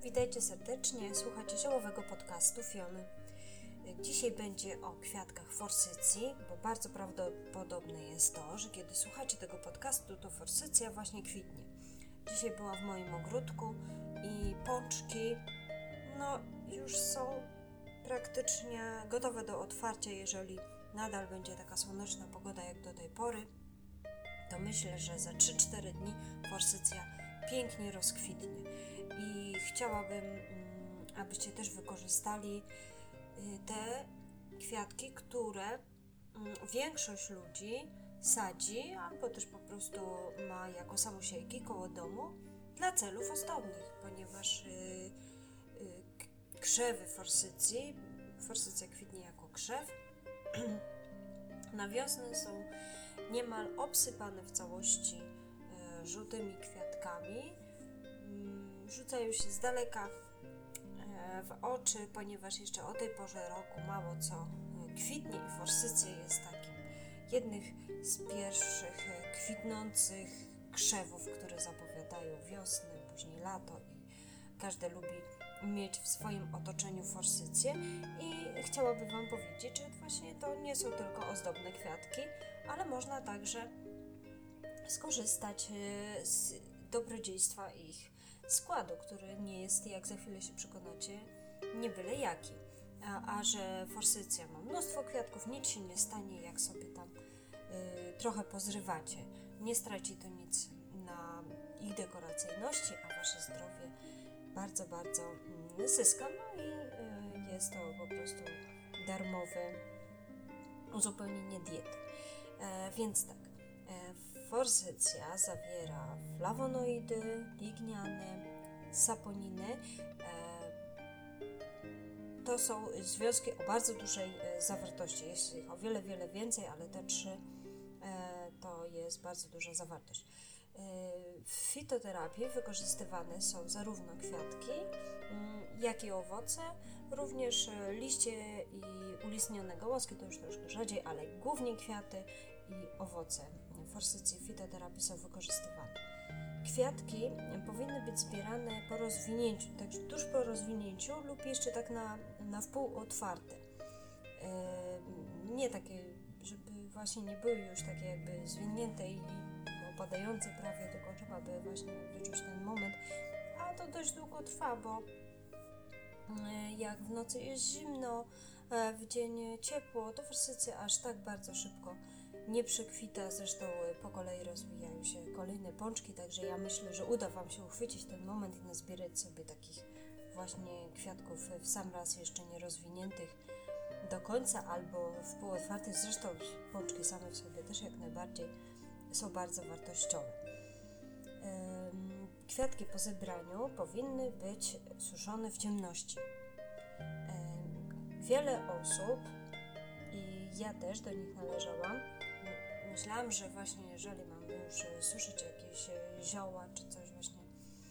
Witajcie serdecznie, słuchacie ziołowego podcastu Fiony. Dzisiaj będzie o kwiatkach forsycji, bo bardzo prawdopodobne jest to, że kiedy słuchacie tego podcastu, to forsycja właśnie kwitnie. Dzisiaj byłam w moim ogródku i pączki już są praktycznie gotowe do otwarcia. Jeżeli nadal będzie taka słoneczna pogoda jak do tej pory, to myślę, że za 3-4 dni forsycja pięknie rozkwitnie. I chciałabym, abyście też wykorzystali te kwiatki, które większość ludzi sadzi, albo też po prostu ma jako samosiejki koło domu dla celów ozdobnych, ponieważ krzewy forsycja kwitnie jako krzew, na wiosnę są niemal obsypane w całości żółtymi kwiatkami. Rzucają się z daleka w oczy, ponieważ jeszcze o tej porze roku mało co kwitnie i forsycja jest takim jednych z pierwszych kwitnących krzewów, które zapowiadają wiosnę, później lato i każdy lubi mieć w swoim otoczeniu forsycję. I chciałabym Wam powiedzieć, że właśnie to nie są tylko ozdobne kwiatki, ale można także skorzystać z dobrodziejstwa ich składu, który nie jest, jak za chwilę się przekonacie, nie byle jaki. A że forsycja ma mnóstwo kwiatków, nic się nie stanie, jak sobie tam trochę pozrywacie. Nie straci to nic na ich dekoracyjności, a Wasze zdrowie bardzo, bardzo zyska. No i jest to po prostu darmowe uzupełnienie diety. Więc tak, forsycja zawiera flawonoidy, ligniany, saponiny. To są związki o bardzo dużej zawartości. Jest ich o wiele, wiele więcej, ale te trzy to jest bardzo duża zawartość. W fitoterapii wykorzystywane są zarówno kwiatki, jak i owoce, również liście i ulistnione gałązki, to już troszkę rzadziej, ale głównie kwiaty i owoce forsycji w fitoterapii są wykorzystywane. Kwiatki powinny być zbierane po rozwinięciu, także tuż po rozwinięciu lub jeszcze tak na wpół otwarte. Nie takie, żeby właśnie nie były już takie jakby zwinięte i opadające prawie, tylko trzeba by właśnie wyczuć ten moment, a to dość długo trwa, bo jak w nocy jest zimno, w dzień ciepło, to forsycja aż tak bardzo szybko nie przekwita, zresztą po kolei rozwijają się kolejne pączki, także ja myślę, że uda Wam się uchwycić ten moment i nazbierać sobie takich właśnie kwiatków w sam raz jeszcze nie rozwiniętych do końca albo w pół otwartych. Zresztą pączki same w sobie też jak najbardziej są bardzo wartościowe. Kwiatki po zebraniu powinny być suszone w ciemności. Wiele osób, i ja też do nich należałam, myślałam, że właśnie jeżeli mam już suszyć jakieś zioła czy coś właśnie,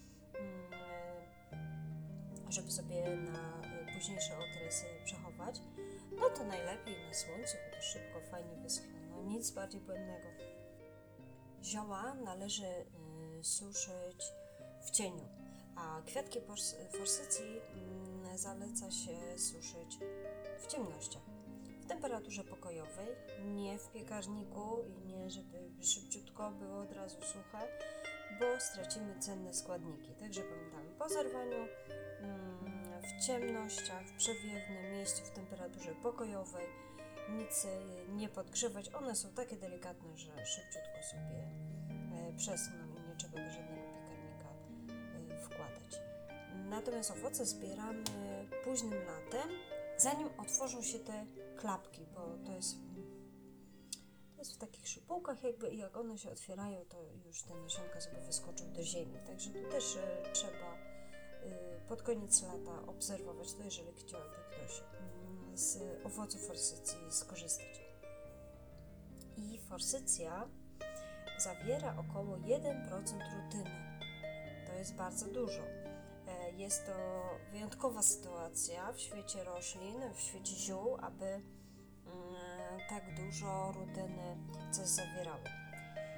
żeby sobie na późniejszy okres przechować, no to najlepiej na słońcu, bo to szybko, fajnie wyschną. No nic bardziej błędnego. Zioła należy suszyć w cieniu, a kwiatki forsycji zaleca się suszyć w ciemnościach. W temperaturze pokojowej, nie w piekarniku i nie żeby szybciutko było od razu suche, bo stracimy cenne składniki. Także pamiętamy, po zerwaniu w ciemnościach, w przewiewnym miejscu, w temperaturze pokojowej, nic nie podgrzewać. One są takie delikatne, że szybciutko sobie przesną i nie trzeba do żadnego piekarnika wkładać. Natomiast owoce zbieramy późnym latem, zanim otworzą się te klapki, bo to jest w takich szypułkach jakby i jak one się otwierają, to już te nasionka sobie wyskoczą do ziemi. Także tu też trzeba pod koniec lata obserwować to, jeżeli chciałby ktoś z owoców forsycji skorzystać. I forsycja zawiera około 1% rutyny. To jest bardzo dużo. Jest to wyjątkowa sytuacja w świecie roślin, w świecie ziół, aby tak dużo rutyny coś zawierały.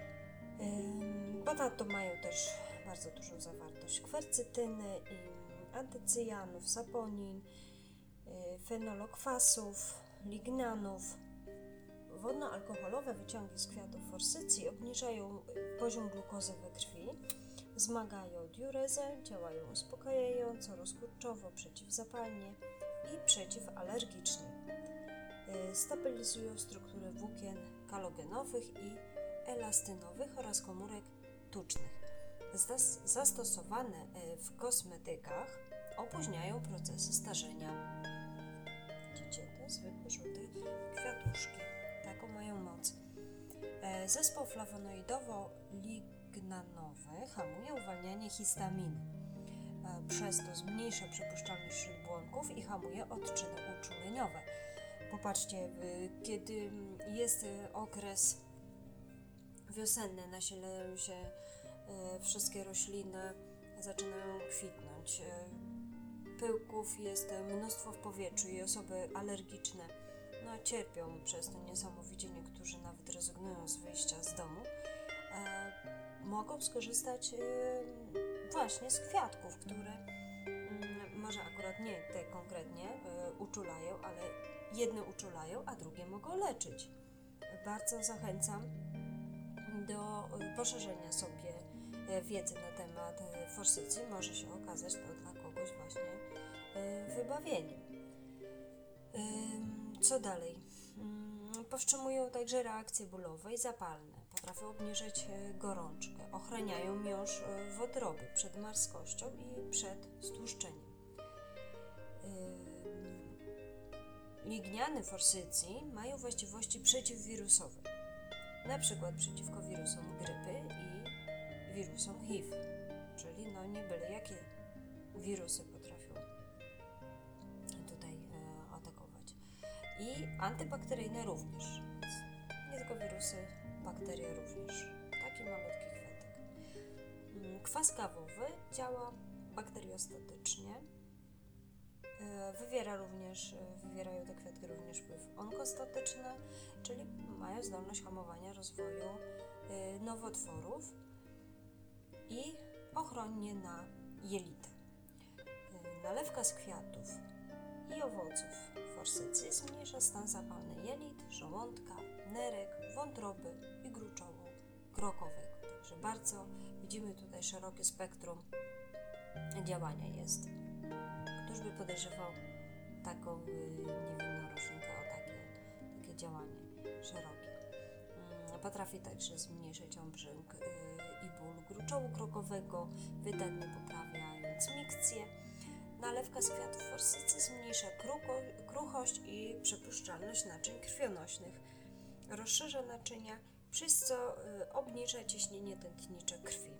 Ponadto mają też bardzo dużą zawartość kwercytyny, antycyjanów, saponin, fenolokwasów, lignanów. Wodno-alkoholowe wyciągi z kwiatów forsycii obniżają poziom glukozy we krwi, wzmagają diurezę, działają uspokajająco, rozkurczowo, przeciwzapalnie i przeciwalergicznie. Stabilizują strukturę włókien kalogenowych i elastynowych oraz komórek tucznych. Zastosowane w kosmetykach opóźniają procesy starzenia. Widzicie, te zwykłe żółte kwiatuszki. Taką mają moc. Zespół flawonoidowo-lignanowy hamuje uwalnianie histaminy. Przez to zmniejsza przepuszczalność śródbłonków i hamuje odczyny uczuleniowe. Popatrzcie, kiedy jest okres wiosenny, nasilają się wszystkie rośliny, zaczynają kwitnąć. Pyłków jest mnóstwo w powietrzu i osoby alergiczne cierpią przez to niesamowicie. Niektórzy nawet rezygnują z wyjścia z domu. Mogą skorzystać właśnie z kwiatków, które może akurat nie te konkretnie uczulają, ale jedne uczulają, a drugie mogą leczyć. Bardzo zachęcam do poszerzenia sobie wiedzy na temat forsycji. Może się okazać to dla kogoś właśnie wybawieniem. Co dalej? Powstrzymują także reakcje bólowe i zapalne. Potrafią obniżyć gorączkę. Ochraniają miąższ wątroby przed marskością i przed stłuszczeniem. Ligniany forsycji mają właściwości przeciwwirusowe. Na przykład przeciwko wirusom grypy i wirusom HIV. Czyli nie byle jakie wirusy potrafią tutaj atakować. I antybakteryjne również. Nie tylko wirusy, bakterie również. Taki malutki kwiatek. Kwas kawowy działa bakteriostatycznie. Wywierają te kwiatki również wpływ onkostatyczny, czyli mają zdolność hamowania rozwoju nowotworów i ochronnie na jelita. Nalewka z kwiatów i owoców forsycji zmniejsza stan zapalny jelit, żołądka, nerek, wątroby i gruczołu krokowego. Także bardzo widzimy tutaj szerokie spektrum działania jest. Któż by podejrzewał taką niewinną roślinkę o takie działanie szerokie. Potrafi także zmniejszyć obrzęk i ból gruczołu krokowego, wydatnie poprawiając mikcję. Nalewka z kwiatów forsycji zmniejsza kruchość i przepuszczalność naczyń krwionośnych. Rozszerza naczynia, przez co obniża ciśnienie tętnicze krwi.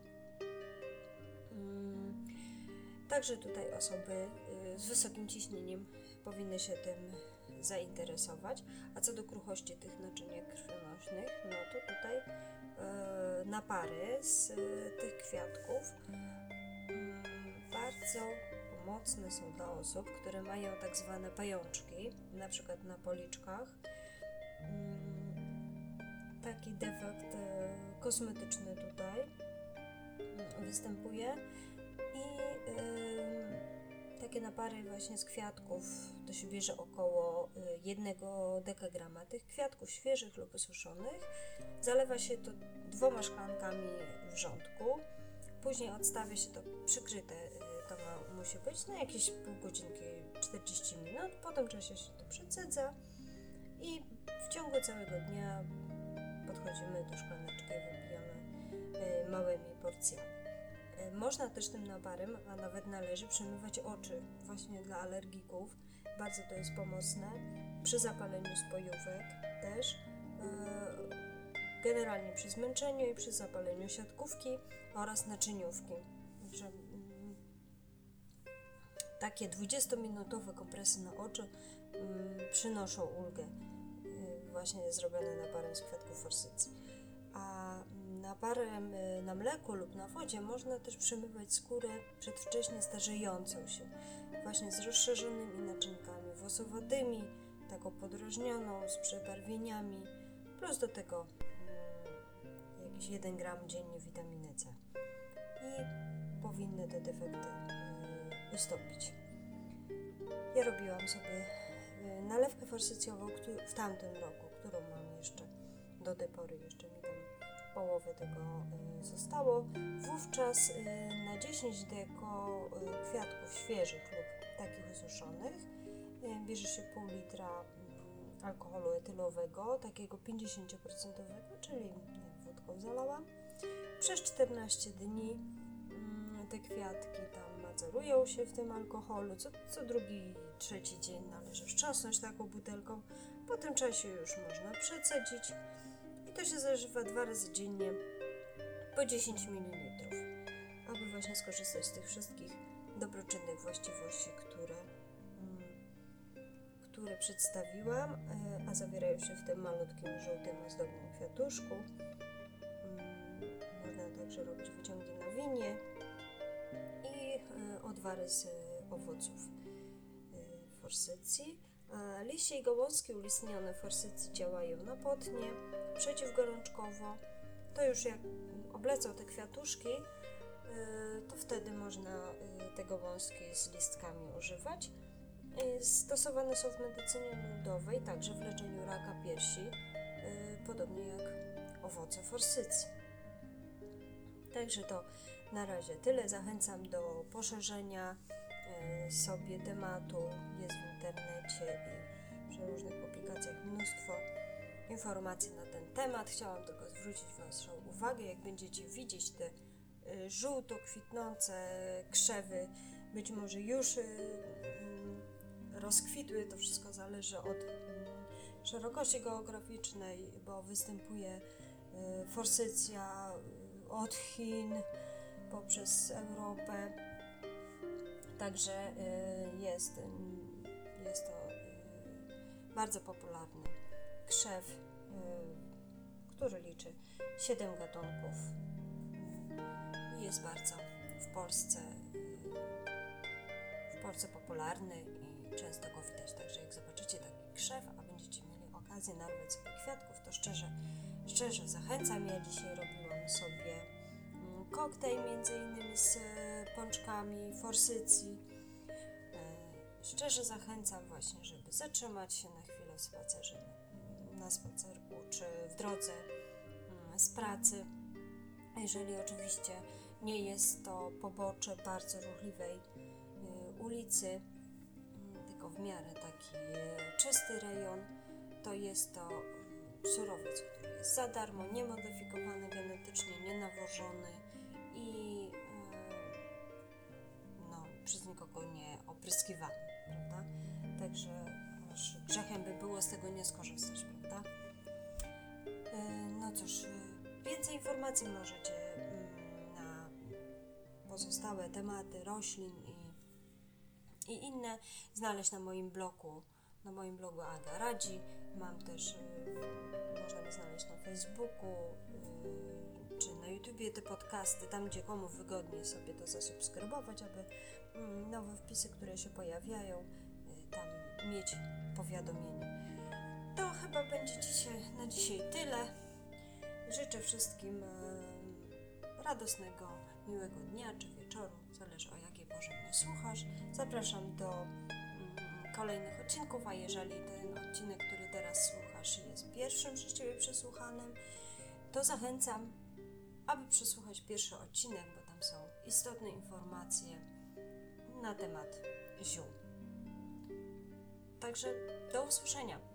Także tutaj osoby z wysokim ciśnieniem powinny się tym zainteresować. A co do kruchości tych naczyniek krwionośnych, to tutaj napary z tych kwiatków bardzo pomocne są dla osób, które mają tak zwane pajączki, na przykład na policzkach. Taki defekt kosmetyczny tutaj występuje i takie napary właśnie z kwiatków to się bierze około 1 dekagrama tych kwiatków świeżych lub suszonych. Zalewa się to 2 szklankami wrzątku. Później odstawia się to przykryte, to musi być na jakieś pół godzinki, 40 minut. Po tym czasie się to przecedza i w ciągu całego dnia podchodzimy do szklaneczki i wypijamy małymi porcjami. Można też tym naparem, a nawet należy przemywać oczy właśnie dla alergików. Bardzo to jest pomocne. Przy zapaleniu spojówek też. Generalnie przy zmęczeniu i przy zapaleniu siatkówki oraz naczyniówki. Także takie 20-minutowe kompresy na oczy przynoszą ulgę. Właśnie zrobione naparem z kwiatków forsycji. A naparem na mleku lub na wodzie można też przemywać skórę przedwcześnie starzejącą się, właśnie z rozszerzonymi naczynkami włosowatymi, taką podrażnioną, z przebarwieniami, plus do tego jakiś 1 gram dziennie witaminy C. I powinny te defekty stopić. Ja robiłam sobie nalewkę forsycjową w tamtym roku, którą mam jeszcze do tej pory, jeszcze mi tam połowę tego zostało. Wówczas na 10 deko kwiatków świeżych lub takich osuszonych bierze się pół litra alkoholu etylowego, takiego 50%, czyli jak wódką zalałam. Przez 14 dni te kwiatki tam macerują się w tym alkoholu. Co drugi, trzeci dzień należy wstrząsnąć taką butelką. Po tym czasie już można przecedzić i to się zażywa 2 razy dziennie po 10 ml, aby właśnie skorzystać z tych wszystkich dobroczynnych właściwości, które przedstawiłam, a zawierają się w tym malutkim, żółtym, ozdobnym kwiatuszku. Można także robić wyciągi na winie i odwary z owoców forsycji. Liście i gałązki ulistnione forsycji działają napotnie, przeciwgorączkowo. To już jak oblecą te kwiatuszki, to wtedy można te gałązki z listkami używać. Stosowane są w medycynie ludowej, także w leczeniu raka piersi, podobnie jak owoce forsycji. Także to na razie tyle. Zachęcam do poszerzenia sobie tematu. Jest w internecie i przy różnych publikacjach mnóstwo informacji na ten temat. Chciałam tylko zwrócić Waszą uwagę, jak będziecie widzieć te żółto kwitnące krzewy, być może już rozkwitły, to wszystko zależy od szerokości geograficznej, bo występuje forsycja od Chin poprzez Europę, także jest to bardzo popularny krzew, który liczy 7 gatunków i jest bardzo w Polsce popularny i często go widać. Także jak zobaczycie taki krzew, a będziecie mieli okazję narwać sobie kwiatków, to szczerze zachęcam. Ja dzisiaj robiłam sobie koktajl między innymi z pączkami forsycji. Szczerze zachęcam właśnie, żeby zatrzymać się na chwilę w spacerze, na spacerku czy w drodze z pracy. Jeżeli oczywiście nie jest to pobocze bardzo ruchliwej ulicy, tylko w miarę taki czysty rejon, to jest to surowiec, który jest za darmo, niemodyfikowany genetycznie, nienawożony i przez nikogo nie opryskiwany, prawda? Także aż grzechem by było z tego nie skorzystać, prawda? No cóż, więcej informacji możecie na pozostałe tematy roślin i inne znaleźć na moim blogu Aga Radzi. Mam też, można mnie znaleźć na Facebooku czy na YouTubie te podcasty, tam gdzie komu wygodniej sobie to zasubskrybować, aby nowe wpisy, które się pojawiają, tam mieć powiadomienie. To chyba będzie na dzisiaj tyle. Życzę wszystkim radosnego, miłego dnia czy wieczoru, zależy o jakiej porze mnie słuchasz. Zapraszam do kolejnych odcinków, a jeżeli ten odcinek, który teraz słuchasz, jest pierwszym przez Ciebie przesłuchanym, to zachęcam, aby przesłuchać pierwszy odcinek, bo tam są istotne informacje na temat ziół. Także do usłyszenia.